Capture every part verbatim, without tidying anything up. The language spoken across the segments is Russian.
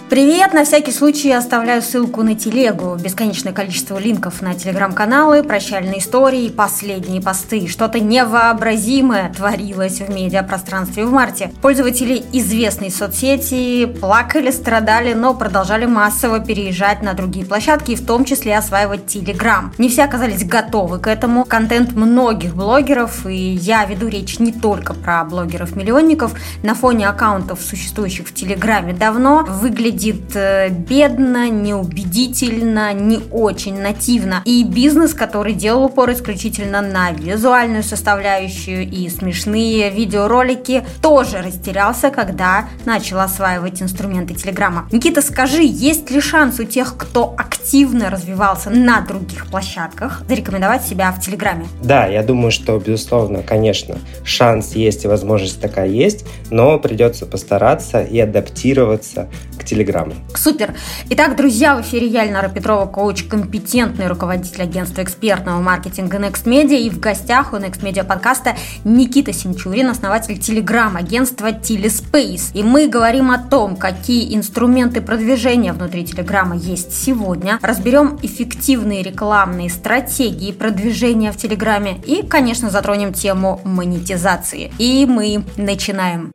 Привет! На всякий случай я оставляю ссылку на телегу. Бесконечное количество линков на телеграм-каналы, прощальные истории, последние посты. Что-то невообразимое творилось в медиапространстве в марте. Пользователи известной соцсети плакали, страдали, но продолжали массово переезжать на другие площадки, в том числе осваивать Телеграм. Не все оказались готовы к этому. Контент многих блогеров, и я веду речь не только про блогеров-миллионников, на фоне аккаунтов, существующих в Телеграме давно, выглядит бедно, неубедительно, не очень нативно. И бизнес, который делал упор исключительно на визуальную составляющую и смешные видеоролики, тоже растерялся, когда начал осваивать инструменты Телеграма. Никита, скажи, есть ли шанс у тех, кто активно развивался на других площадках, зарекомендовать себя в Телеграме? Да, я думаю, что, безусловно, конечно, шанс есть и возможность такая есть, но придется постараться и адаптироваться к Телеграму. Супер! Итак, друзья, в эфире я, Эльнара Петрова, коуч, компетентный руководитель агентства экспертного маркетинга Next Media, и в гостях у Next Media подкаста Никита Синчурин, основатель телеграм-агентства Telespace. И мы говорим о том, какие инструменты продвижения внутри Телеграма есть сегодня, разберем эффективные рекламные стратегии продвижения в Телеграме и, конечно, затронем тему монетизации. И мы начинаем.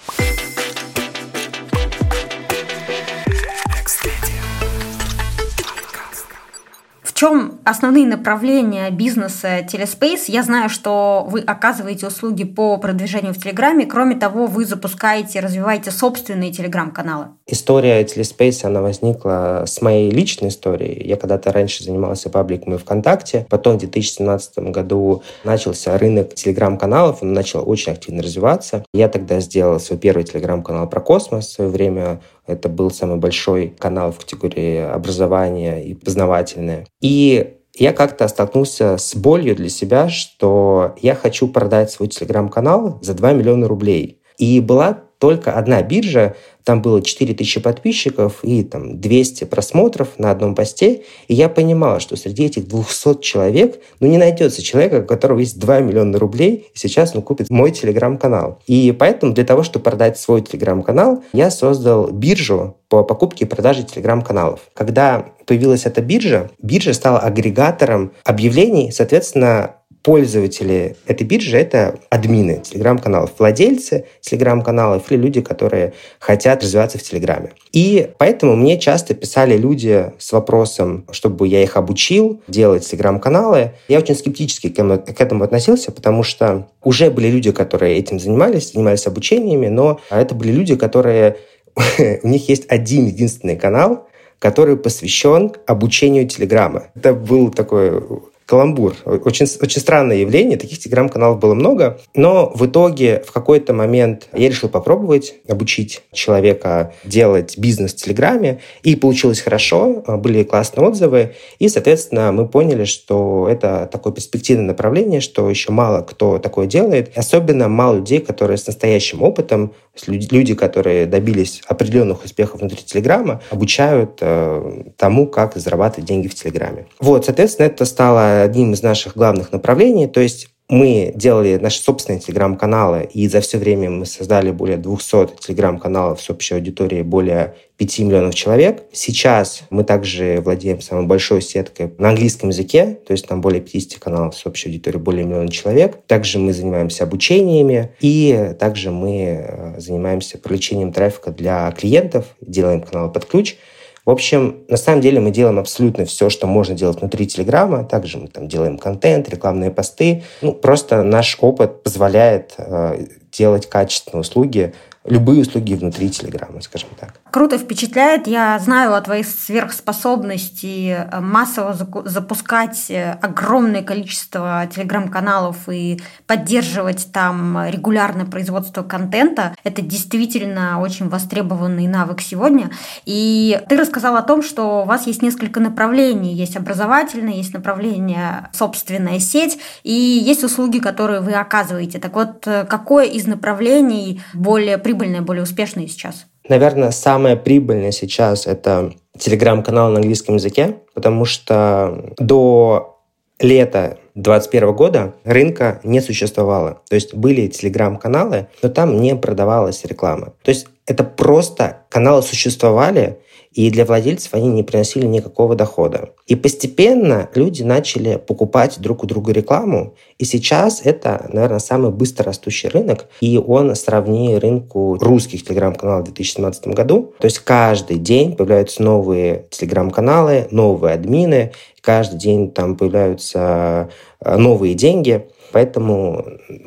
В чем основные направления бизнеса Telespace? Я знаю, что вы оказываете услуги по продвижению в Телеграме. Кроме того, вы запускаете, развиваете собственные Телеграм-каналы. История Telespace, она возникла с моей личной истории. Я когда-то раньше занимался пабликами ВКонтакте. Потом в две тысячи семнадцатом году начался рынок Телеграм-каналов. Он начал очень активно развиваться. Я тогда сделал свой первый Телеграм-канал про космос. В свое время это был самый большой канал в категории образования и познавательное. И я как-то столкнулся с болью для себя, что я хочу продать свой Телеграм-канал за два миллиона рублей. И была только одна биржа, там было четыре тысячи подписчиков и там двести просмотров на одном посте. И я понимал, что среди этих двухсот человек ну, не найдется человека, у которого есть два миллиона рублей, и сейчас он купит мой Телеграм-канал. И поэтому для того, чтобы продать свой Телеграм-канал, я создал биржу по покупке и продаже Телеграм-каналов. Когда появилась эта биржа, биржа стала агрегатором объявлений, соответственно, пользователи этой биржи — это админы телеграм-каналов, владельцы телеграм-каналов или люди, которые хотят развиваться в Телеграме. И поэтому мне часто писали люди с вопросом, чтобы я их обучил делать телеграм-каналы. Я очень скептически к этому относился, потому что уже были люди, которые этим занимались, занимались обучениями, но это были люди, которые... У них есть один единственный канал, который посвящен обучению Телеграма. Это был такой... каламбур. Очень, очень странное явление. Таких телеграм-каналов было много. Но в итоге в какой-то момент я решил попробовать обучить человека делать бизнес в Телеграме. И получилось хорошо. Были классные отзывы. И, соответственно, мы поняли, что это такое перспективное направление, что еще мало кто такое делает. Особенно мало людей, которые с настоящим опытом, люди, которые добились определенных успехов внутри Телеграма, обучают э, тому, как зарабатывать деньги в Телеграме. Вот, соответственно, это стало одним из наших главных направлений. То есть мы делали наши собственные телеграм-каналы, и за все время мы создали более двухсот телеграм-каналов с общей аудиторией более пяти миллионов человек. Сейчас мы также владеем самой большой сеткой на английском языке, то есть там более пятьдесят каналов с общей аудиторией более миллиона человек. Также мы занимаемся обучениями, и также мы занимаемся привлечением трафика для клиентов, делаем каналы под ключ. В общем, на самом деле мы делаем абсолютно все, что можно делать внутри Телеграма. Также мы там делаем контент, рекламные посты. Ну, просто наш опыт позволяет э, делать качественные услуги, любые услуги внутри Телеграма, скажем так. Круто впечатляет. Я знаю о твоей сверхспособности массово запускать огромное количество телеграм-каналов и поддерживать там регулярное производство контента. Это действительно очень востребованный навык сегодня. И ты рассказал о том, что у вас есть несколько направлений. Есть образовательное, есть направление собственная сеть, и есть услуги, которые вы оказываете. Так вот, какое из направлений более прибыльное, более успешное сейчас? Наверное, самое прибыльное сейчас — это телеграм-канал на английском языке, потому что до лета двадцать первого года рынка не существовало. То есть были телеграм-каналы, но там не продавалась реклама. То есть это просто каналы существовали, и для владельцев они не приносили никакого дохода. И постепенно люди начали покупать друг у друга рекламу, и сейчас это, наверное, самый быстро растущий рынок, и он сравни рынку русских телеграм-каналов в две тысячи семнадцатом году. То есть каждый день появляются новые телеграм-каналы, новые админы, каждый день там появляются новые деньги, поэтому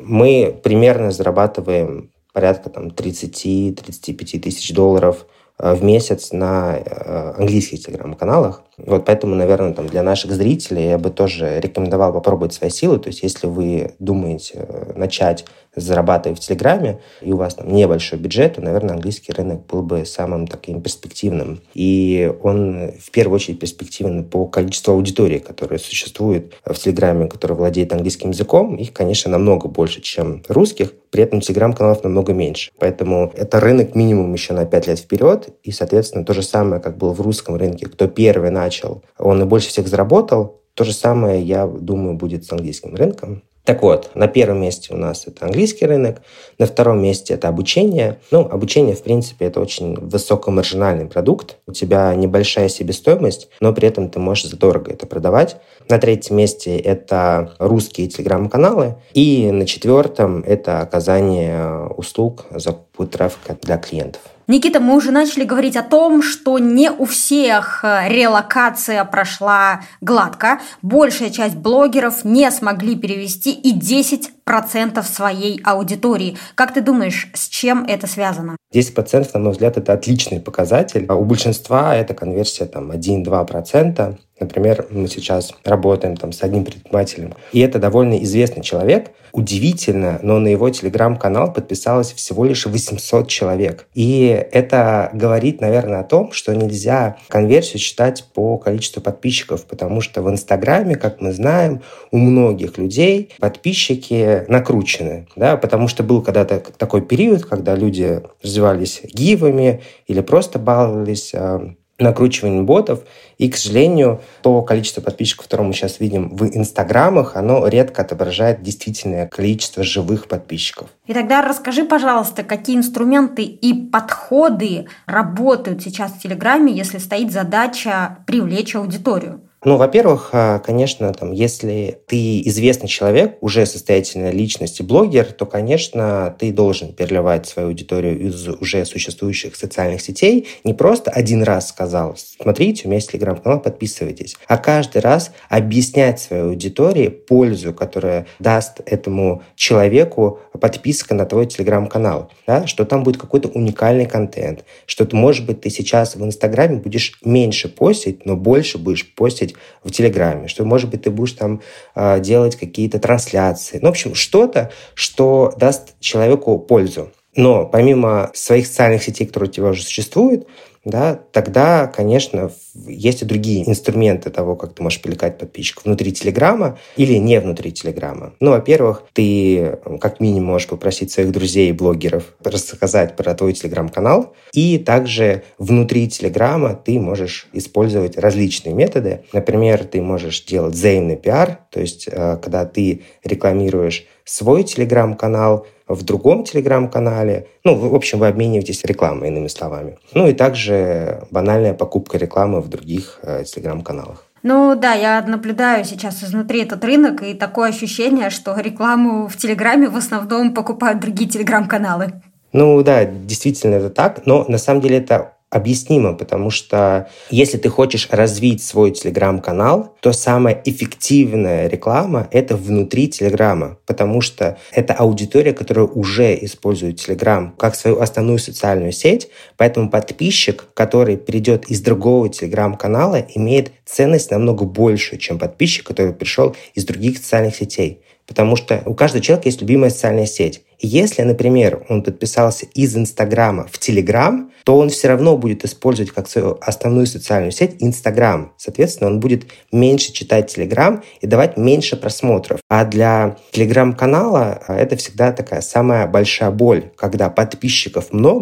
мы примерно зарабатываем порядка там, тридцать-тридцать пять тысяч долларов в месяц на английских телеграм-каналах. Вот поэтому, наверное, там, для наших зрителей я бы тоже рекомендовал попробовать свои силы. То есть если вы думаете начать зарабатывать в Телеграме, и у вас там небольшой бюджет, то, наверное, английский рынок был бы самым таким перспективным. И он в первую очередь перспективен по количеству аудитории, которая существует в Телеграме, которая владеет английским языком. Их, конечно, намного больше, чем русских. При этом телеграм-каналов намного меньше. Поэтому это рынок минимум еще на пять лет вперед. И, соответственно, то же самое, как было в русском рынке. Кто первый начал, он и больше всех заработал. То же самое, я думаю, будет с английским рынком. Так вот, на первом месте у нас это английский рынок, на втором месте это обучение. Ну, обучение, в принципе, это очень высокомаржинальный продукт. У тебя небольшая себестоимость, но при этом ты можешь задорого это продавать. На третьем месте это русские телеграм-каналы. И на четвертом это оказание услуг закупки трафика для клиентов. Никита, мы уже начали говорить о том, что не у всех релокация прошла гладко. Большая часть блогеров не смогли перевести и десять процентов своей аудитории. Как ты думаешь, с чем это связано? десять процентов, на мой взгляд, это отличный показатель. У большинства это конверсия там, один-два процента. Например, мы сейчас работаем там, с одним предпринимателем, и это довольно известный человек. Удивительно, но на его телеграм-канал подписалось всего лишь восемьсот человек. И это говорит, наверное, о том, что нельзя конверсию считать по количеству подписчиков, потому что в Инстаграме, как мы знаем, у многих людей подписчики накручены, да, потому что был когда-то такой период, когда люди развивались гивами или просто баловались накручиванием ботов. И, к сожалению, то количество подписчиков, которое мы сейчас видим в инстаграмах, оно редко отображает действительное количество живых подписчиков. И тогда расскажи, пожалуйста, какие инструменты и подходы работают сейчас в Телеграме, если стоит задача привлечь аудиторию? Ну, во-первых, конечно, там, если ты известный человек, уже состоятельная личность и блогер, то, конечно, ты должен переливать свою аудиторию из уже существующих социальных сетей. Не просто один раз сказал, смотрите, у меня есть телеграм-канал, подписывайтесь, а каждый раз объяснять своей аудитории пользу, которая даст этому человеку подписка на твой телеграм-канал, да? Что там будет какой-то уникальный контент, что, может быть, ты сейчас в Инстаграме будешь меньше постить, но больше будешь постить в Телеграме, что, может быть, ты будешь там э, делать какие-то трансляции. Ну, в общем, что-то, что даст человеку пользу. Но помимо своих социальных сетей, которые у тебя уже существуют, да, тогда, конечно, есть и другие инструменты того, как ты можешь привлекать подписчиков внутри Телеграма или не внутри Телеграма. Ну, во-первых, ты как минимум можешь попросить своих друзей и блогеров рассказать про твой Телеграм-канал, и также внутри Телеграма ты можешь использовать различные методы. Например, ты можешь делать взаимный пиар, то есть когда ты рекламируешь свой Телеграм-канал в другом Телеграм-канале. Ну, в общем, вы обмениваетесь рекламой, иными словами. Ну и также банальная покупка рекламы в других э, Телеграм-каналах. Ну да, я наблюдаю сейчас изнутри этот рынок, и такое ощущение, что рекламу в Телеграме в основном покупают другие Телеграм-каналы. Ну да, действительно это так, но на самом деле это объяснимо, потому что если ты хочешь развить свой телеграм-канал, то самая эффективная реклама – это внутри телеграма, потому что это аудитория, которая уже использует телеграм как свою основную социальную сеть, поэтому подписчик, который перейдет из другого телеграм-канала, имеет ценность намного большую, чем подписчик, который пришел из других социальных сетей. Потому что у каждого человека есть любимая социальная сеть. И если, например, он подписался из Инстаграма в Телеграм, то он все равно будет использовать как свою основную социальную сеть Инстаграм. Соответственно, он будет меньше читать Телеграм и давать меньше просмотров. А для Телеграм-канала это всегда такая самая большая боль, когда подписчиков много,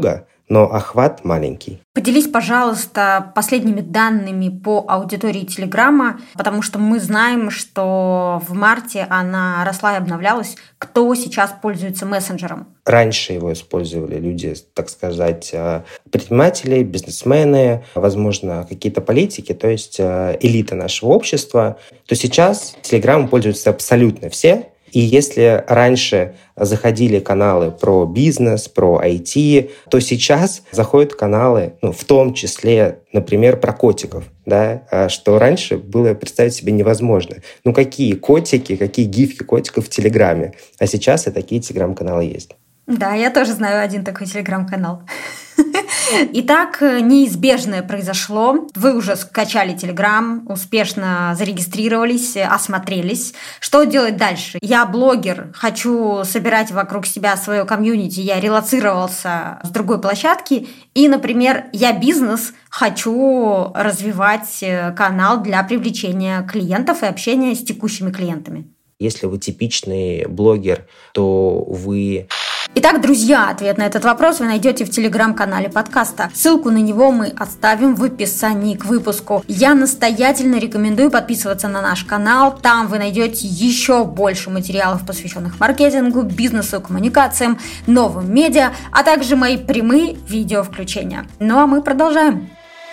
но охват маленький. Поделись, пожалуйста, последними данными по аудитории Телеграма, потому что мы знаем, что в марте она росла и обновлялась. Кто сейчас пользуется мессенджером? Раньше его использовали люди, так сказать, предприниматели, бизнесмены, возможно, какие-то политики, то есть элита нашего общества. То сейчас Телеграмом пользуются абсолютно все. И если раньше заходили каналы про бизнес, про ай ти, то сейчас заходят каналы, ну, в том числе, например, про котиков, да, что раньше было представить себе невозможно. Ну, какие котики, какие гифки котиков в Телеграме? А сейчас и такие Телеграм-каналы есть. Да, я тоже знаю один такой Телеграм-канал. Итак, неизбежное произошло. Вы уже скачали Телеграм, успешно зарегистрировались, осмотрелись. Что делать дальше? Я блогер, хочу собирать вокруг себя свое комьюнити, я релоцировался с другой площадки. И, например, я бизнес, хочу развивать канал для привлечения клиентов и общения с текущими клиентами. Если вы типичный блогер, то вы... Итак, друзья, ответ на этот вопрос вы найдете в телеграм-канале подкаста. Ссылку на него мы оставим в описании к выпуску. Я настоятельно рекомендую подписываться на наш канал. Там вы найдете еще больше материалов, посвященных маркетингу, бизнесу, коммуникациям, новым медиа, а также мои прямые видео-включения. Ну а мы продолжаем.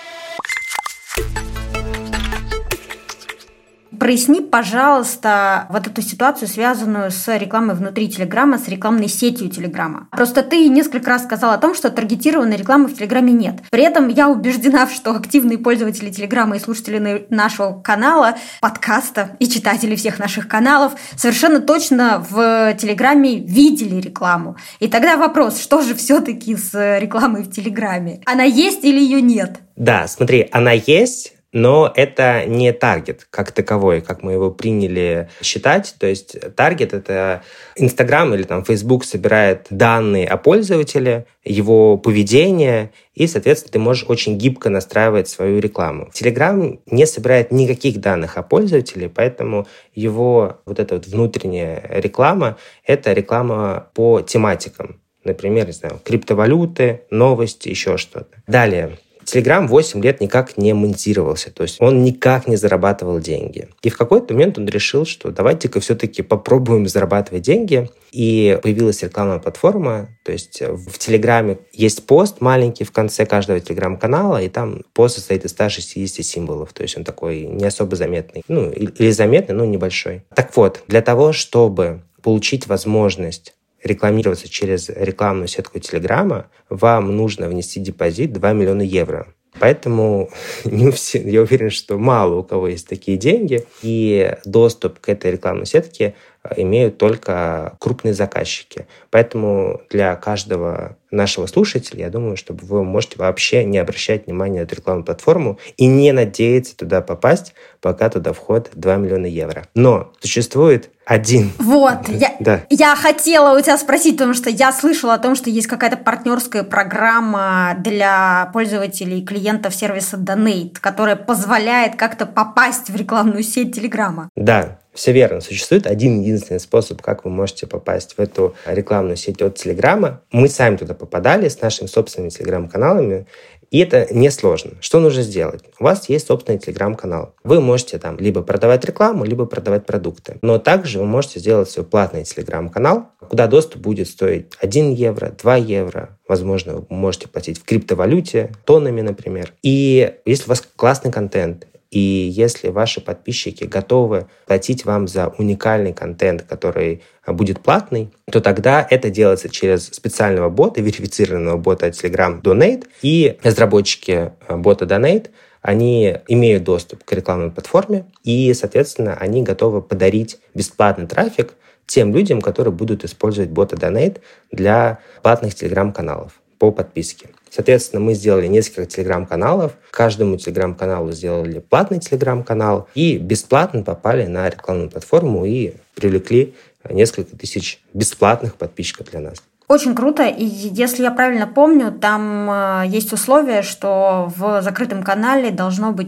Проясни, пожалуйста, вот эту ситуацию, связанную с рекламой внутри Телеграма, с рекламной сетью Телеграма. Просто ты несколько раз сказала о том, что таргетированной рекламы в Телеграме нет. При этом я убеждена, что активные пользователи Телеграма и слушатели нашего канала, подкаста и читатели всех наших каналов совершенно точно в Телеграме видели рекламу. И тогда вопрос, что же все-таки с рекламой в Телеграме? Она есть или ее нет? Да, смотри, она есть. Но это не таргет как таковой, как мы его приняли считать. То есть таргет — это Инстаграм или там Фейсбук собирает данные о пользователе, его поведение, и, соответственно, ты можешь очень гибко настраивать свою рекламу. Телеграм не собирает никаких данных о пользователе, поэтому его вот эта вот внутренняя реклама — это реклама по тематикам. Например, не знаю, криптовалюты, новости, еще что-то. Далее. Телеграм восемь лет никак не монетизировался, то есть он никак не зарабатывал деньги. И в какой-то момент он решил, что давайте-ка все-таки попробуем зарабатывать деньги. И появилась рекламная платформа, то есть в Телеграме есть пост маленький в конце каждого Телеграм-канала, и там пост состоит из ста шестидесяти символов, то есть он такой не особо заметный, ну или заметный, но небольшой. Так вот, для того, чтобы получить возможность рекламироваться через рекламную сетку Телеграма, вам нужно внести депозит два миллиона евро. Поэтому не все, я уверен, что мало у кого есть такие деньги, и доступ к этой рекламной сетке имеют только крупные заказчики. Поэтому для каждого нашего слушателя, я думаю, что вы можете вообще не обращать внимания на эту рекламную платформу и не надеяться туда попасть, пока туда входит два миллиона евро. Но существует один... Вот, я, да. я хотела у тебя спросить, потому что я слышала о том, что есть какая-то партнерская программа для пользователей и клиентов сервиса Donate, которая позволяет как-то попасть в рекламную сеть Телеграма. Да. Все верно. Существует один единственный способ, как вы можете попасть в эту рекламную сеть от Телеграма. Мы сами туда попадали с нашими собственными Телеграм-каналами, и это несложно. Что нужно сделать? У вас есть собственный Телеграм-канал. Вы можете там либо продавать рекламу, либо продавать продукты. Но также вы можете сделать свой платный Телеграм-канал, куда доступ будет стоить один евро, два евро. Возможно, вы можете платить в криптовалюте, тоннами, например. И если у вас классный контент, и если ваши подписчики готовы платить вам за уникальный контент, который будет платный, то тогда это делается через специального бота, верифицированного бота Telegram Donate. И разработчики бота Donate, они имеют доступ к рекламной платформе, и, соответственно, они готовы подарить бесплатный трафик тем людям, которые будут использовать бота Donate для платных Telegram-каналов по подписке. Соответственно, мы сделали несколько телеграм-каналов. Каждому телеграм-каналу сделали платный телеграм-канал и бесплатно попали на рекламную платформу и привлекли несколько тысяч бесплатных подписчиков для нас. Очень круто. И если я правильно помню, там есть условие, что в закрытом канале должно быть от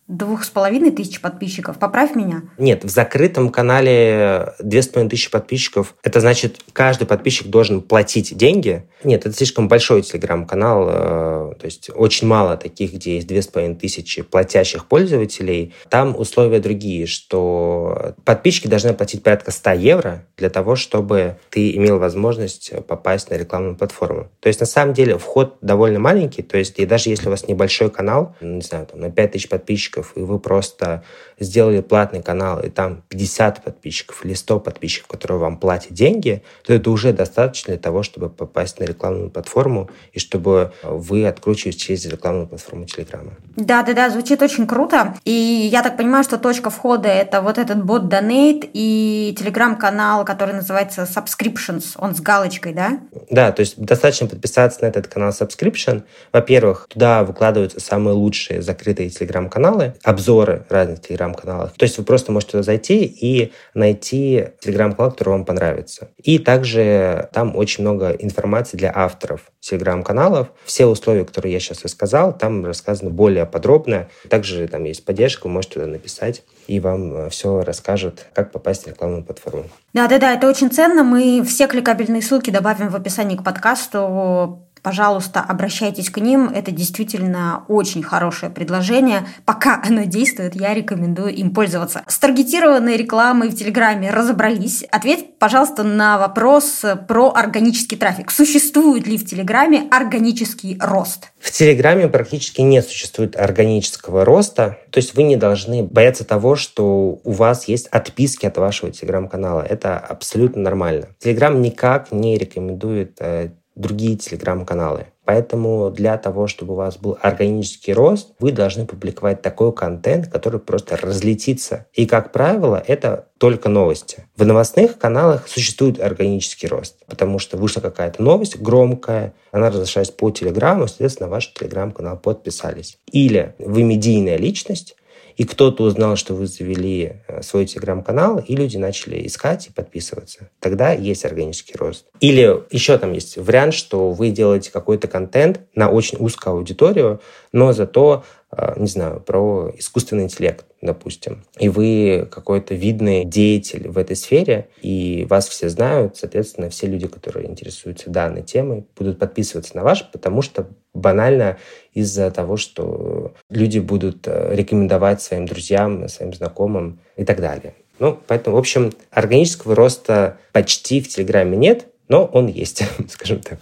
двух с половиной тысяч подписчиков. Поправь меня. Нет, в закрытом канале две с половиной тысячи подписчиков. Это значит, каждый подписчик должен платить деньги. Нет, это слишком большой телеграм-канал. То есть очень мало таких, где есть две с половиной тысячи платящих пользователей. Там условия другие, что подписчики должны платить порядка сто евро для того, чтобы ты имел возможность попасть на рекламную платформу. То есть на самом деле вход довольно маленький. То есть и даже если у вас небольшой канал, не знаю, там, на пять тысяч подписчиков, и вы просто сделали платный канал, и там пятьдесят подписчиков или сто подписчиков, которые вам платят деньги, то это уже достаточно для того, чтобы попасть на рекламную платформу и чтобы вы откручивались через рекламную платформу Телеграма. Да-да-да, звучит очень круто. И я так понимаю, что точка входа – это вот этот бот Donate и Телеграм-канал, который называется Subscriptions, он с галочкой, да? Да, то есть достаточно подписаться на этот канал Subscription. Во-первых, туда выкладываются самые лучшие закрытые Телеграм-каналы, обзоры разных телеграм-каналов. То есть вы просто можете туда зайти и найти телеграм-канал, который вам понравится. И также там очень много информации для авторов телеграм-каналов. Все условия, которые я сейчас рассказал, там рассказано более подробно. Также там есть поддержка, вы можете туда написать, и вам все расскажут, как попасть на рекламную платформу. Да-да-да, это очень ценно. Мы все кликабельные ссылки добавим в описании к подкасту. Пожалуйста, обращайтесь к ним. Это действительно очень хорошее предложение. Пока оно действует, я рекомендую им пользоваться. С таргетированной рекламой в Телеграме разобрались. Ответь, пожалуйста, на вопрос про органический трафик. Существует ли в Телеграме органический рост? В Телеграме практически не существует органического роста. То есть вы не должны бояться того, что у вас есть отписки от вашего Телеграм-канала. Это абсолютно нормально. Телеграм никак не рекомендует другие телеграм-каналы. Поэтому для того, чтобы у вас был органический рост, вы должны публиковать такой контент, который просто разлетится. И, как правило, это только новости. В новостных каналах существует органический рост, потому что вышла какая-то новость громкая, она разошлась по телеграмму, соответственно, ваш телеграм-канал подписались. Или вы медийная личность, и кто-то узнал, что вы завели свой телеграм-канал, и люди начали искать и подписываться. Тогда есть органический рост. Или еще там есть вариант, что вы делаете какой-то контент на очень узкую аудиторию, но зато, не знаю, про искусственный интеллект, допустим. И вы какой-то видный деятель в этой сфере, и вас все знают, соответственно, все люди, которые интересуются данной темой, будут подписываться на ваш, потому что банально из-за того, что люди будут рекомендовать своим друзьям, своим знакомым и так далее. Ну, поэтому, в общем, органического роста почти в Телеграме нет, но он есть, скажем так.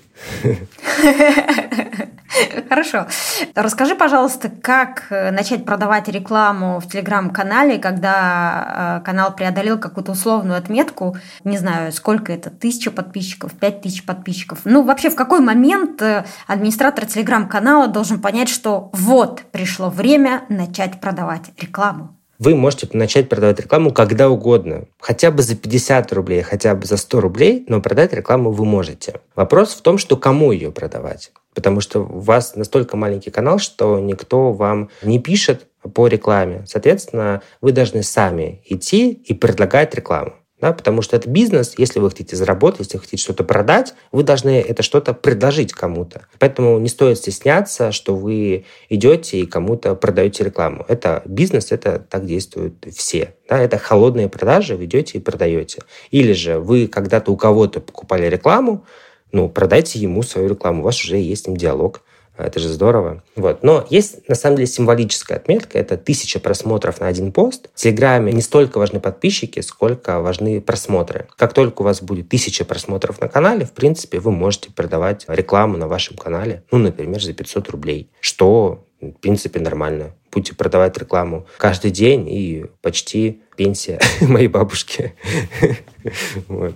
Хорошо. Расскажи, пожалуйста, как начать продавать рекламу в Телеграм-канале, когда канал преодолел какую-то условную отметку, не знаю, сколько это, тысяча подписчиков, пять тысяч подписчиков. Ну, вообще, в какой момент администратор Телеграм-канала должен понять, что вот, пришло время начать продавать рекламу? Вы можете начать продавать рекламу когда угодно. Хотя бы за пятьдесят рублей, хотя бы за сто рублей, но продать рекламу вы можете. Вопрос в том, что кому ее продавать. Потому что у вас настолько маленький канал, что никто вам не пишет по рекламе. Соответственно, вы должны сами идти и предлагать рекламу. Да, потому что это бизнес, если вы хотите заработать, если вы хотите что-то продать, вы должны это что-то предложить кому-то. Поэтому не стоит стесняться, что вы идете и кому-то продаете рекламу. Это бизнес, это так действуют все. Да, это холодные продажи, вы идете и продаете. Или же вы когда-то у кого-то покупали рекламу, ну, продайте ему свою рекламу, у вас уже есть с ним диалог. Это же здорово. Вот. Но есть, на самом деле, символическая отметка. Это тысяча просмотров на один пост. В Телеграме не столько важны подписчики, сколько важны просмотры. Как только у вас будет тысяча просмотров на канале, в принципе, вы можете продавать рекламу на вашем канале, ну, например, за пятьсот рублей, что, в принципе, нормально. Будете продавать рекламу каждый день, и почти пенсия моей бабушки. Вот.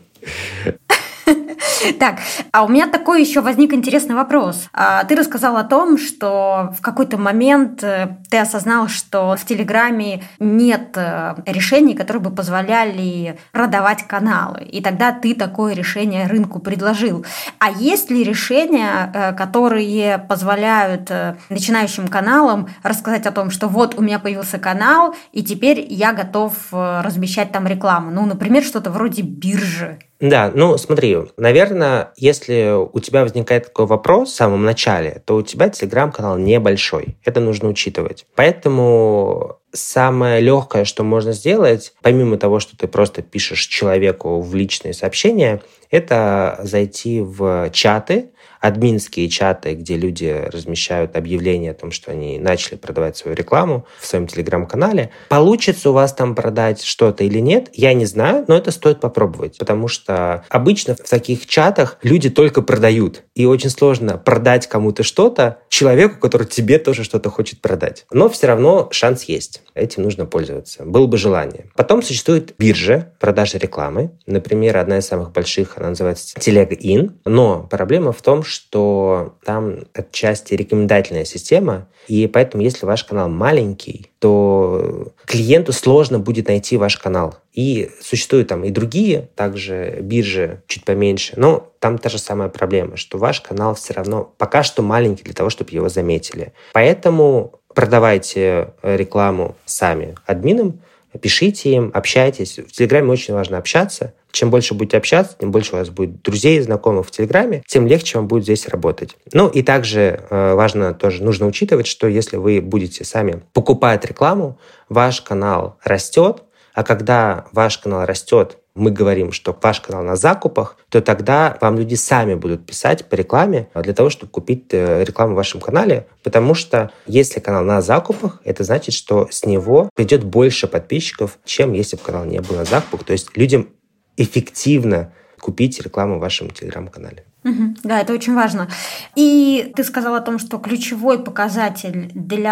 Так, а у меня такой еще возник интересный вопрос. Ты рассказал о том, что в какой-то момент ты осознал, что в Телеграме нет решений, которые бы позволяли продавать каналы. И тогда ты такое решение рынку предложил. А есть ли решения, которые позволяют начинающим каналам рассказать о том, что вот у меня появился канал, и теперь я готов размещать там рекламу? Ну, например, что-то вроде биржи. Да, ну смотри, наверное, если у тебя возникает такой вопрос в самом начале, то у тебя телеграм-канал небольшой. Это нужно учитывать. Поэтому самое легкое, что можно сделать, помимо того, что ты просто пишешь человеку в личные сообщения, это зайти в чаты, админские чаты, где люди размещают объявления о том, что они начали продавать свою рекламу в своем телеграм-канале. Получится у вас там продать что-то или нет, я не знаю, но это стоит попробовать, потому что обычно в таких чатах люди только продают, и очень сложно продать кому-то что-то человеку, который тебе тоже что-то хочет продать. Но все равно шанс есть. Этим нужно пользоваться. Было бы желание. Потом существует биржа продажи рекламы. Например, одна из самых больших, она называется Телега.ин. Но проблема в том, что там отчасти рекомендательная система, и поэтому, если ваш канал маленький, то клиенту сложно будет найти ваш канал. И существуют там и другие, также биржи чуть поменьше, но там та же самая проблема, что ваш канал все равно пока что маленький для того, чтобы его заметили. Поэтому продавайте рекламу сами админам, пишите им, общайтесь. В Телеграме очень важно общаться. Чем больше будете общаться, тем больше у вас будет друзей, знакомых в Телеграме, тем легче вам будет здесь работать. Ну и также э, важно тоже, нужно учитывать, что если вы будете сами покупать рекламу, ваш канал растет, а когда ваш канал растет, мы говорим, что ваш канал на закупах, то тогда вам люди сами будут писать по рекламе для того, чтобы купить рекламу в вашем канале, потому что если канал на закупах, это значит, что с него придет больше подписчиков, чем если бы канал не был на закупах. То есть людям эффективно купить рекламу в вашем телеграм-канале. Угу. Да, это очень важно. И ты сказал о том, что ключевой показатель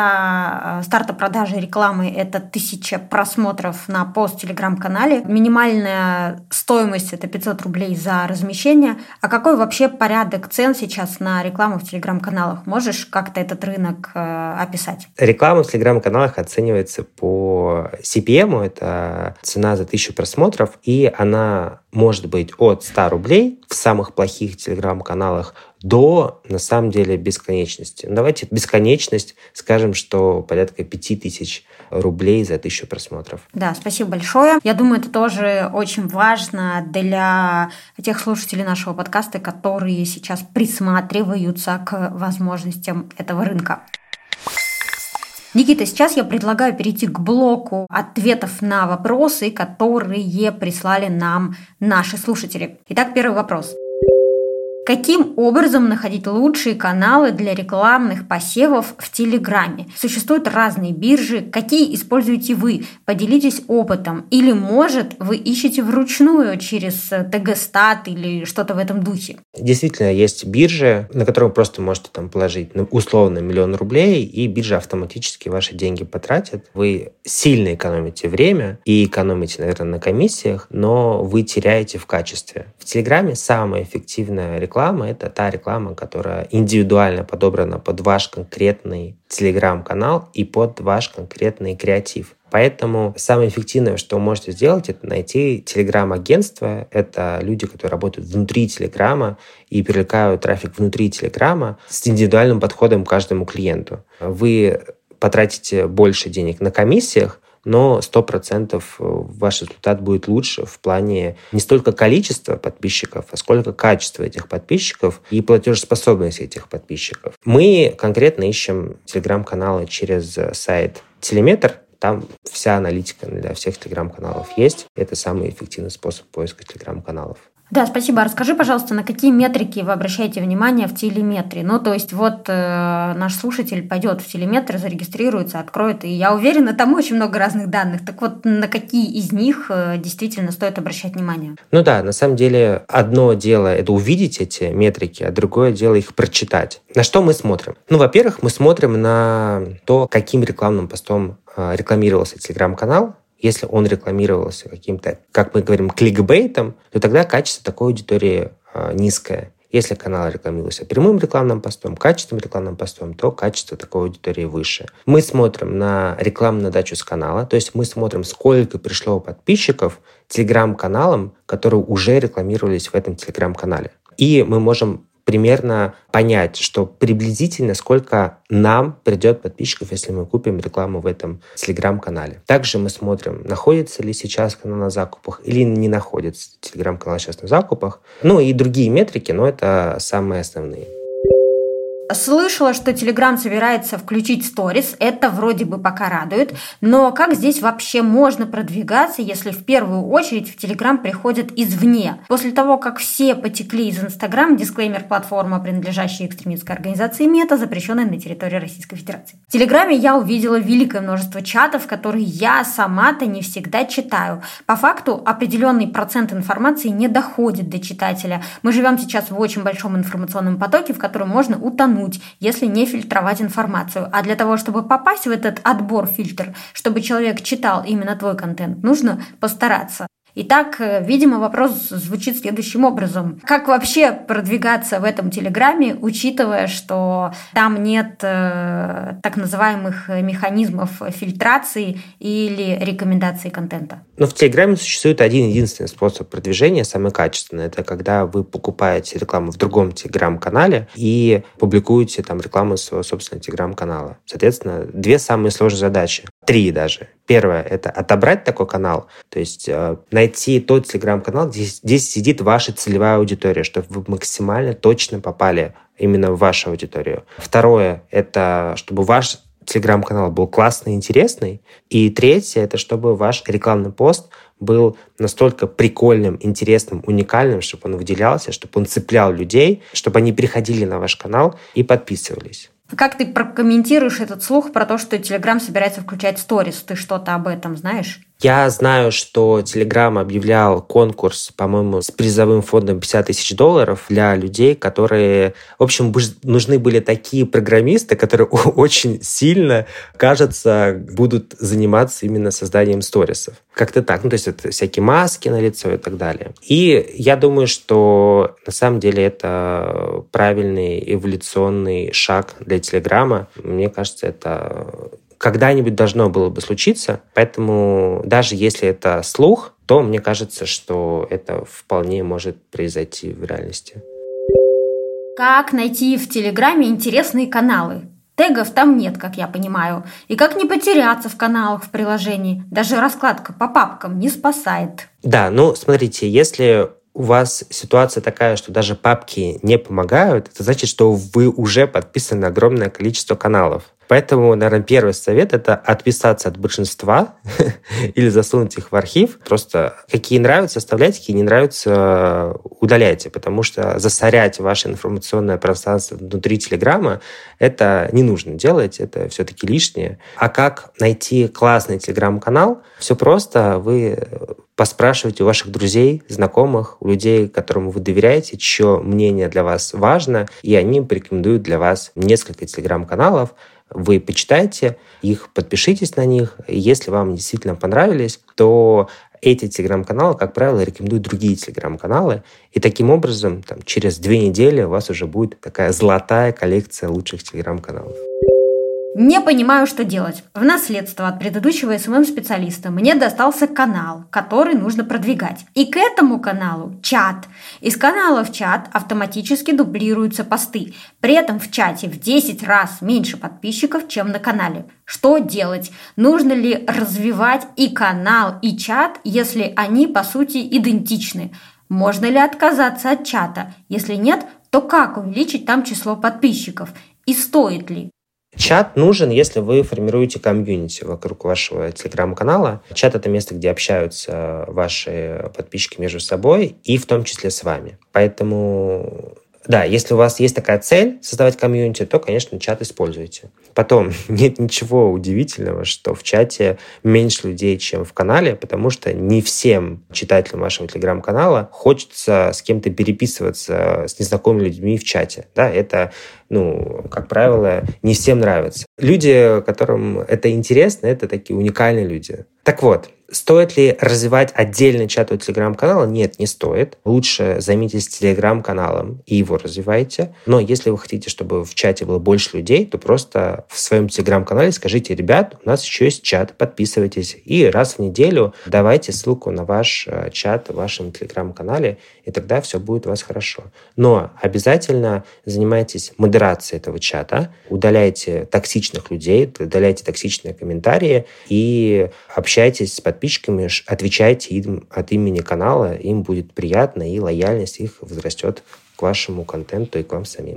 для старта продажи рекламы – это тысяча просмотров на пост в телеграм-канале. Минимальная стоимость – это пятьсот рублей за размещение. А какой вообще порядок цен сейчас на рекламу в телеграм-каналах? Можешь как-то этот рынок э, описать? Реклама в телеграм-каналах оценивается по си пи эм, это цена за тысячу просмотров, и она может быть от ста рублей в самых плохих телеграм-каналах до, на самом деле, бесконечности. Давайте бесконечность скажем, что порядка пяти тысяч рублей за тысячу просмотров. Да, спасибо большое. Я думаю, это тоже очень важно для тех слушателей нашего подкаста, которые сейчас присматриваются к возможностям этого рынка. Никита, сейчас я предлагаю перейти к блоку ответов на вопросы, которые прислали нам наши слушатели. Итак, первый вопрос. Каким образом находить лучшие каналы для рекламных посевов в Телеграме? Существуют разные биржи. Какие используете вы? Поделитесь опытом. Или, может, вы ищете вручную через ТГ-стат или что-то в этом духе? Действительно, есть биржи, на которые вы просто можете там положить условно миллион рублей, и биржа автоматически ваши деньги потратит. Вы сильно экономите время и экономите, наверное, на комиссиях, но вы теряете в качестве. В Телеграме самая эффективная реклама Реклама – это та реклама, которая индивидуально подобрана под ваш конкретный телеграм-канал и под ваш конкретный креатив. Поэтому самое эффективное, что вы можете сделать, это найти телеграм-агентство. Это люди, которые работают внутри Телеграма и привлекают трафик внутри Телеграма с индивидуальным подходом к каждому клиенту. Вы потратите больше денег на комиссиях, но сто процентов ваш результат будет лучше в плане не столько количества подписчиков, а сколько качества этих подписчиков и платежеспособность этих подписчиков. Мы конкретно ищем телеграм-каналы через сайт Телеметр. Там вся аналитика для всех телеграм-каналов есть. Это самый эффективный способ поиска телеграм-каналов. Да, спасибо. Расскажи, пожалуйста, на какие метрики вы обращаете внимание в Телеметре? Ну, то есть вот э, наш слушатель пойдет в Телеметр, зарегистрируется, откроет, и я уверена, там очень много разных данных. Так вот, на какие из них э, действительно стоит обращать внимание? Ну да, на самом деле одно дело – это увидеть эти метрики, а другое дело их прочитать. На что мы смотрим? Ну, во-первых, мы смотрим на то, каким рекламным постом э, рекламировался телеграм-канал. Если он рекламировался каким-то, как мы говорим, кликбейтом, то тогда качество такой аудитории э, низкое. Если канал рекламировался прямым рекламным постом, качественным рекламным постом, то качество такой аудитории выше. Мы смотрим на рекламную дачу с канала, то есть мы смотрим, сколько пришло подписчиков телеграм-каналам, которые уже рекламировались в этом телеграм-канале. И мы можем примерно понять, что приблизительно сколько нам придет подписчиков, если мы купим рекламу в этом Телеграм-канале. Также мы смотрим, находится ли сейчас канал на закупах или не находится Телеграм-канал сейчас на закупах. Ну и другие метрики, но это самые основные. Слышала, что Telegram собирается включить сторис. Это вроде бы пока радует. Но как здесь вообще можно продвигаться, если в первую очередь в Telegram приходят извне? После того, как все потекли из Instagram, дисклеймер: платформа, принадлежащая экстремистской организации Мета, запрещенная на территории Российской Федерации. В Телеграме я увидела великое множество чатов, которые я сама-то не всегда читаю. По факту определенный процент информации не доходит до читателя. Мы живем сейчас в очень большом информационном потоке, в котором можно утонуть, если не фильтровать информацию. А для того, чтобы попасть в этот отбор-фильтр, чтобы человек читал именно твой контент, нужно постараться. Итак, видимо, вопрос звучит следующим образом. Как вообще продвигаться в этом Телеграме, учитывая, что там нет э, так называемых механизмов фильтрации или рекомендации контента? Но в Телеграме существует один единственный способ продвижения, самый качественный. Это когда вы покупаете рекламу в другом Телеграм-канале и публикуете там рекламу своего собственного Телеграм-канала. Соответственно, две самые сложные задачи. Три даже. Первое – это отобрать такой канал, то есть э, найти тот Телеграм-канал, где здесь сидит ваша целевая аудитория, чтобы вы максимально точно попали именно в вашу аудиторию. Второе – это чтобы ваш Телеграм-канал был классный, интересный. И третье – это чтобы ваш рекламный пост был настолько прикольным, интересным, уникальным, чтобы он выделялся, чтобы он цеплял людей, чтобы они приходили на ваш канал и подписывались. Как ты прокомментируешь этот слух про то, что Telegram собирается включать сторис? Ты что-то об этом знаешь? Я знаю, что Telegram объявлял конкурс, по-моему, с призовым фондом пятьдесят тысяч долларов для людей, которые, в общем, нужны были такие программисты, которые очень сильно, кажется, будут заниматься именно созданием сторисов. Как-то так. Ну, то есть это всякие маски на лицо и так далее. И я думаю, что на самом деле это правильный эволюционный шаг для Телеграма. Мне кажется, это когда-нибудь должно было бы случиться, поэтому даже если это слух, то мне кажется, что это вполне может произойти в реальности. Как найти в Телеграме интересные каналы? Тегов там нет, как я понимаю. И как не потеряться в каналах в приложении? Даже раскладка по папкам не спасает. Да, ну смотрите, если у вас ситуация такая, что даже папки не помогают, это значит, что вы уже подписаны на огромное количество каналов. Поэтому, наверное, первый совет – это отписаться от большинства или засунуть их в архив. Просто какие нравятся, оставляйте, какие не нравятся, удаляйте, потому что засорять ваше информационное пространство внутри Телеграма – это не нужно делать, это все-таки лишнее. А как найти классный Телеграм-канал? Все просто, вы поспрашивайте у ваших друзей, знакомых, у людей, которым вы доверяете, чье мнение для вас важно, и они порекомендуют для вас несколько Телеграм-каналов. Вы почитайте их, подпишитесь на них. Если вам действительно понравились, то эти телеграм-каналы, как правило, рекомендуют другие телеграм-каналы. И таким образом, там, через две недели у вас уже будет такая золотая коллекция лучших телеграм-каналов. Не понимаю, что делать. В наследство от предыдущего эс эм эм-специалиста мне достался канал, который нужно продвигать. И к этому каналу чат. Из канала в чат автоматически дублируются посты. При этом в чате в десять раз меньше подписчиков, чем на канале. Что делать? Нужно ли развивать и канал, и чат, если они, по сути, идентичны? Можно ли отказаться от чата? Если нет, то как увеличить там число подписчиков? И стоит ли? Чат нужен, если вы формируете комьюнити вокруг вашего телеграм-канала. Чат – это место, где общаются ваши подписчики между собой и в том числе с вами. Поэтому, да, если у вас есть такая цель создавать комьюнити, то, конечно, чат используйте. Потом, нет ничего удивительного, что в чате меньше людей, чем в канале, потому что не всем читателям вашего телеграм-канала хочется с кем-то переписываться, с незнакомыми людьми в чате. Да, это, ну, как правило, не всем нравится. Люди, которым это интересно, это такие уникальные люди. Так вот, Стоит ли развивать отдельный чат у Телеграм-канала? Нет, не стоит. Лучше займитесь Телеграм-каналом и его развивайте. Но если вы хотите, чтобы в чате было больше людей, то просто в своем Телеграм-канале скажите: ребят, у нас еще есть чат, подписывайтесь. И раз в неделю давайте ссылку на ваш чат в вашем Телеграм-канале, и тогда все будет у вас хорошо. Но обязательно занимайтесь модерацией этого чата, удаляйте токсичных людей, удаляйте токсичные комментарии и общайтесь с подписчиками, отвечайте им от имени канала, им будет приятно, и лояльность их возрастет к вашему контенту и к вам самим.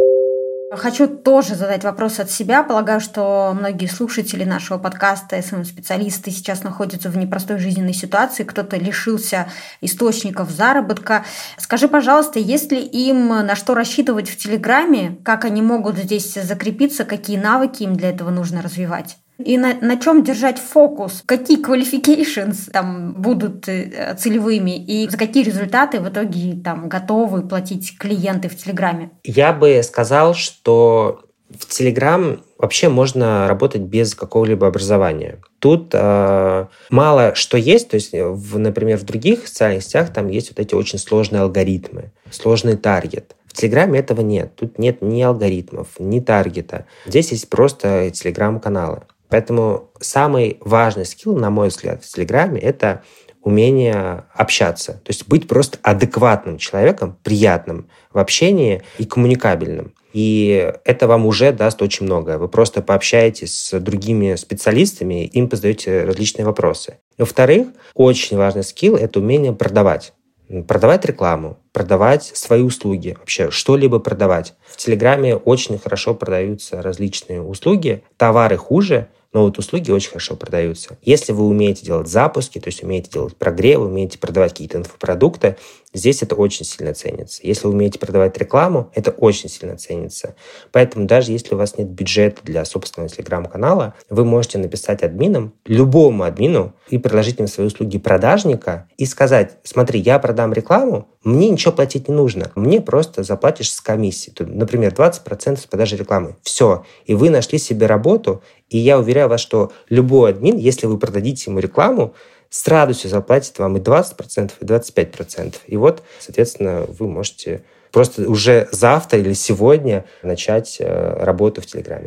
Хочу тоже задать вопрос от себя. Полагаю, что многие слушатели нашего подкаста, эс эм эм-специалисты, сейчас находятся в непростой жизненной ситуации. Кто-то лишился источников заработка. Скажи, пожалуйста, есть ли им на что рассчитывать в Телеграме? Как они могут здесь закрепиться? Какие навыки им для этого нужно развивать? И на, на чем держать фокус? Какие qualifications там будут целевыми? И за какие результаты в итоге там готовы платить клиенты в Телеграме? Я бы сказал, что в Телеграм вообще можно работать без какого-либо образования. Тут э, мало что есть, то есть, в, например, в других социальных сетях там есть вот эти очень сложные алгоритмы, сложный таргет. В Телеграме этого нет. Тут нет ни алгоритмов, ни таргета. Здесь есть просто Телеграм-каналы. Поэтому самый важный скилл, на мой взгляд, в Телеграме – это умение общаться. То есть быть просто адекватным человеком, приятным в общении и коммуникабельным. И это вам уже даст очень многое. Вы просто пообщаетесь с другими специалистами, им задаете различные вопросы. Во-вторых, очень важный скилл – это умение продавать. Продавать рекламу, продавать свои услуги, вообще что-либо продавать. В Телеграме очень хорошо продаются различные услуги, товары хуже, но вот услуги очень хорошо продаются. Если вы умеете делать запуски, то есть умеете делать прогревы, умеете продавать какие-то инфопродукты, здесь это очень сильно ценится. Если вы умеете продавать рекламу, это очень сильно ценится. Поэтому даже если у вас нет бюджета для собственного Телеграм-канала, вы можете написать админам, любому админу, и предложить им свои услуги продажника и сказать: смотри, я продам рекламу, мне ничего платить не нужно, мне просто заплатишь с комиссии. Например, двадцать процентов с продажи рекламы. Все. И вы нашли себе работу, и я уверяю вас, что любой админ, если вы продадите ему рекламу, с радостью заплатит вам и двадцать процентов, и двадцать пять процентов. И вот, соответственно, вы можете просто уже завтра или сегодня начать работу в Телеграме.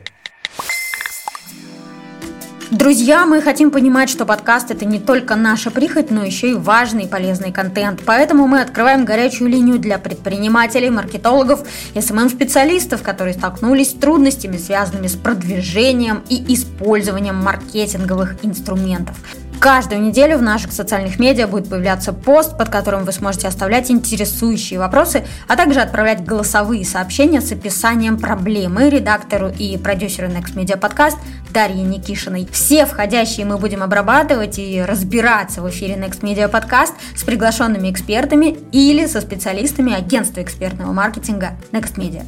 Друзья, мы хотим понимать, что подкаст – это не только наша прихоть, но еще и важный и полезный контент. Поэтому мы открываем горячую линию для предпринимателей, маркетологов, эс эм эм-специалистов, которые столкнулись с трудностями, связанными с продвижением и использованием маркетинговых инструментов. Каждую неделю в наших социальных медиа будет появляться пост, под которым вы сможете оставлять интересующие вопросы, а также отправлять голосовые сообщения с описанием проблемы редактору и продюсеру Next Media Podcast Дарье Никишиной. Все входящие мы будем обрабатывать и разбираться в эфире Next Media Podcast с приглашенными экспертами или со специалистами агентства экспертного маркетинга Next Media.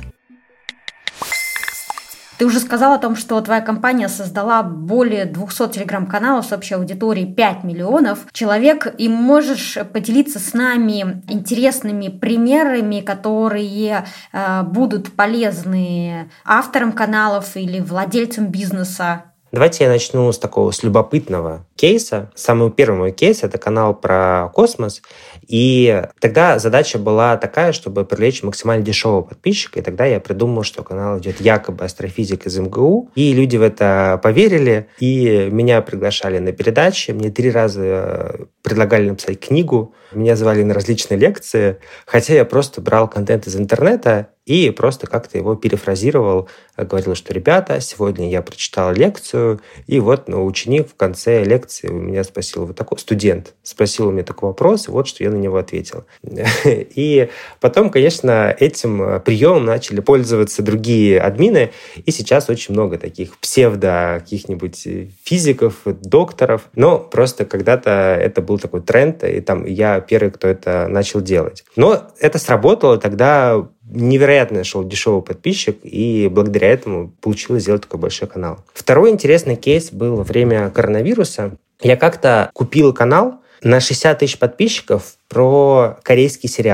Ты уже сказал о том, что твоя компания создала более двухсот телеграм-каналов с общей аудиторией пять миллионов человек, и можешь поделиться с нами интересными примерами, которые э, будут полезны авторам каналов или владельцам бизнеса? Давайте я начну с такого, с любопытного кейса. Самый первый мой кейс – это канал про космос. И тогда задача была такая, чтобы привлечь максимально дешевого подписчика. И тогда я придумал, что канал идет якобы астрофизик из эм гэ у. И люди в это поверили. И меня приглашали на передачи. Мне три раза предлагали написать книгу. Меня звали на различные лекции. Хотя я просто брал контент из интернета и просто как-то его перефразировал. Говорил, что, ребята, сегодня я прочитал лекцию, и вот ну, ученик в конце лекции у меня спросил, вот такой студент спросил у меня такой вопрос, и вот что я на него ответил. И потом, конечно, этим приемом начали пользоваться другие админы, и сейчас очень много таких псевдо каких-нибудь физиков, докторов, но просто когда-то это был такой тренд, и там я первый, кто это начал делать. Но это сработало, тогда невероятно шел дешевый подписчик, и благодаря этому получилось сделать такой большой канал. Второй интересный кейс был во время коронавируса. Я как-то купил канал на шестьдесят тысяч подписчиков про корейские сериалы.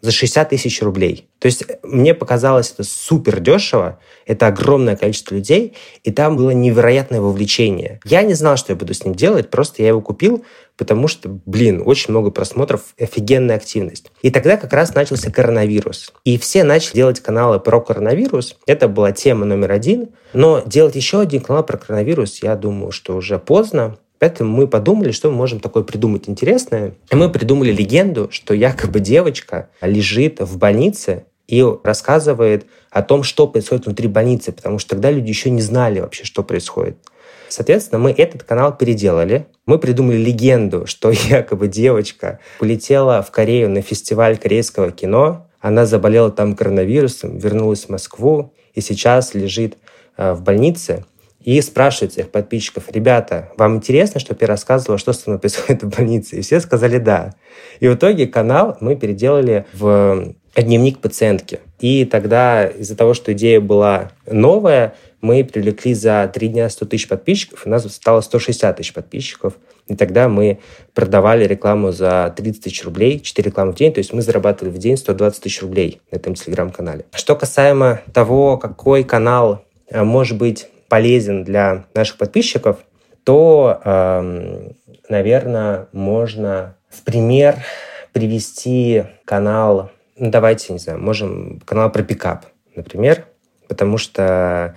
за шестьдесят тысяч рублей. То есть мне показалось это супер дешево, это огромное количество людей, и там было невероятное вовлечение. Я не знал, что я буду с ним делать, просто я его купил, потому что, блин, очень много просмотров, офигенная активность. И тогда как раз начался коронавирус. И все начали делать каналы про коронавирус. Это была тема номер один. Но делать еще один канал про коронавирус, я думаю, что уже поздно. Поэтому мы подумали, что мы можем такое придумать интересное. И мы придумали легенду, что якобы девочка лежит в больнице и рассказывает о том, что происходит внутри больницы, потому что тогда люди еще не знали вообще, что происходит. Соответственно, мы этот канал переделали. Мы придумали легенду, что якобы девочка полетела в Корею на фестиваль корейского кино, она заболела там коронавирусом, вернулась в Москву и сейчас лежит в больнице. И спрашивает своих подписчиков: ребята, вам интересно, чтобы я рассказывала, что со мной происходит в больнице? И все сказали «да». И в итоге канал мы переделали в дневник пациентки. И тогда из-за того, что идея была новая, мы привлекли за три дня сто тысяч подписчиков, и у нас стало сто шестьдесят тысяч подписчиков. И тогда мы продавали рекламу за тридцать тысяч рублей, четыре рекламы в день, то есть мы зарабатывали в день сто двадцать тысяч рублей на этом телеграм-канале. Что касаемо того, какой канал может быть полезен для наших подписчиков, то, э, наверное, можно в пример привести канал, ну, давайте, не знаю, можем канал про пикап, например, потому что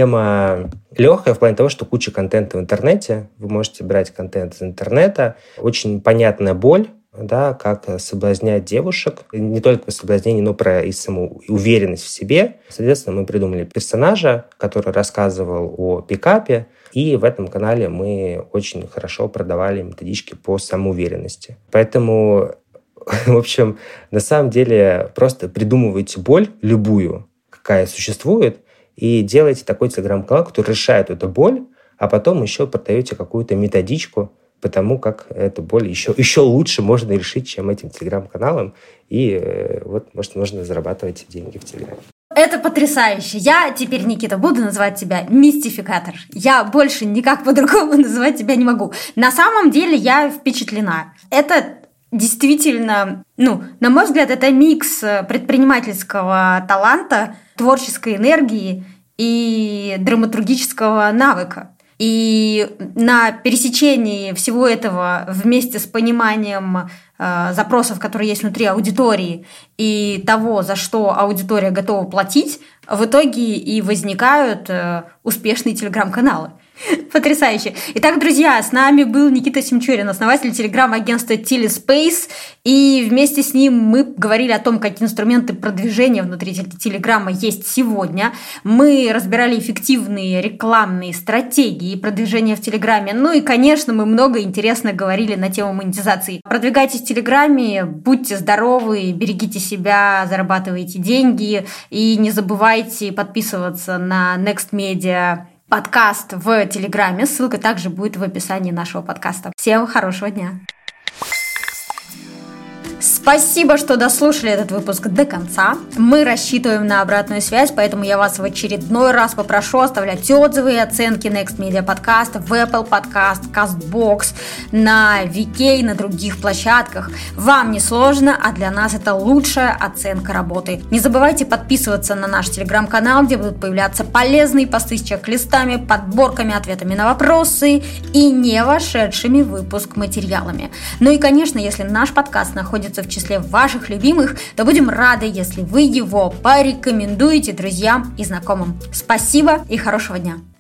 тема легкая в плане того, что куча контента в интернете, вы можете брать контент из интернета, очень понятная боль, да, как соблазнять девушек, не только по соблазнению, но про и саму уверенность в себе. Соответственно, мы придумали персонажа, который рассказывал о пикапе, и в этом канале мы очень хорошо продавали методички по самоуверенности. Поэтому, в общем, на самом деле просто придумывайте боль, любую, какая существует, и делайте такой телеграм-канал, который решает эту боль, а потом еще продаете какую-то методичку, потому как эту боль еще, еще лучше можно решить, чем этим телеграм-каналом. И э, вот, может, можно зарабатывать деньги в Телеграме. Это потрясающе. Я теперь, Никита, буду называть тебя мистификатор. Я больше никак по-другому называть тебя не могу. На самом деле я впечатлена. Это действительно, ну, на мой взгляд, это микс предпринимательского таланта, творческой энергии и драматургического навыка. И на пересечении всего этого вместе с пониманием э, запросов, которые есть внутри аудитории, и того, за что аудитория готова платить, в итоге и возникают э, успешные телеграм-каналы. Потрясающе. Итак, друзья, с нами был Никита Семчурин, основатель телеграм-агентства Телеспейс, и вместе с ним мы говорили о том, какие инструменты продвижения внутри телеграма есть сегодня. Мы разбирали эффективные рекламные стратегии продвижения в телеграме. Ну и, конечно, мы много интересно говорили на тему монетизации. Продвигайтесь в телеграме, будьте здоровы, берегите себя, зарабатывайте деньги и не забывайте подписываться на Next Media подкаст в Телеграме. Ссылка также будет в описании нашего подкаста. Всем хорошего дня! Спасибо, что дослушали этот выпуск до конца. Мы рассчитываем на обратную связь, поэтому я вас в очередной раз попрошу оставлять отзывы и оценки Next Media подкаста в Apple Podcast, CastBox, на ви кей, на других площадках. Вам не сложно, а для нас это лучшая оценка работы. Не забывайте подписываться на наш телеграм-канал, где будут появляться полезные посты с чек-листами, подборками, ответами на вопросы и не вошедшими в выпуск материалами. Ну и, конечно, если наш подкаст находится в числе ваших любимых, то будем рады, если вы его порекомендуете друзьям и знакомым. Спасибо и хорошего дня!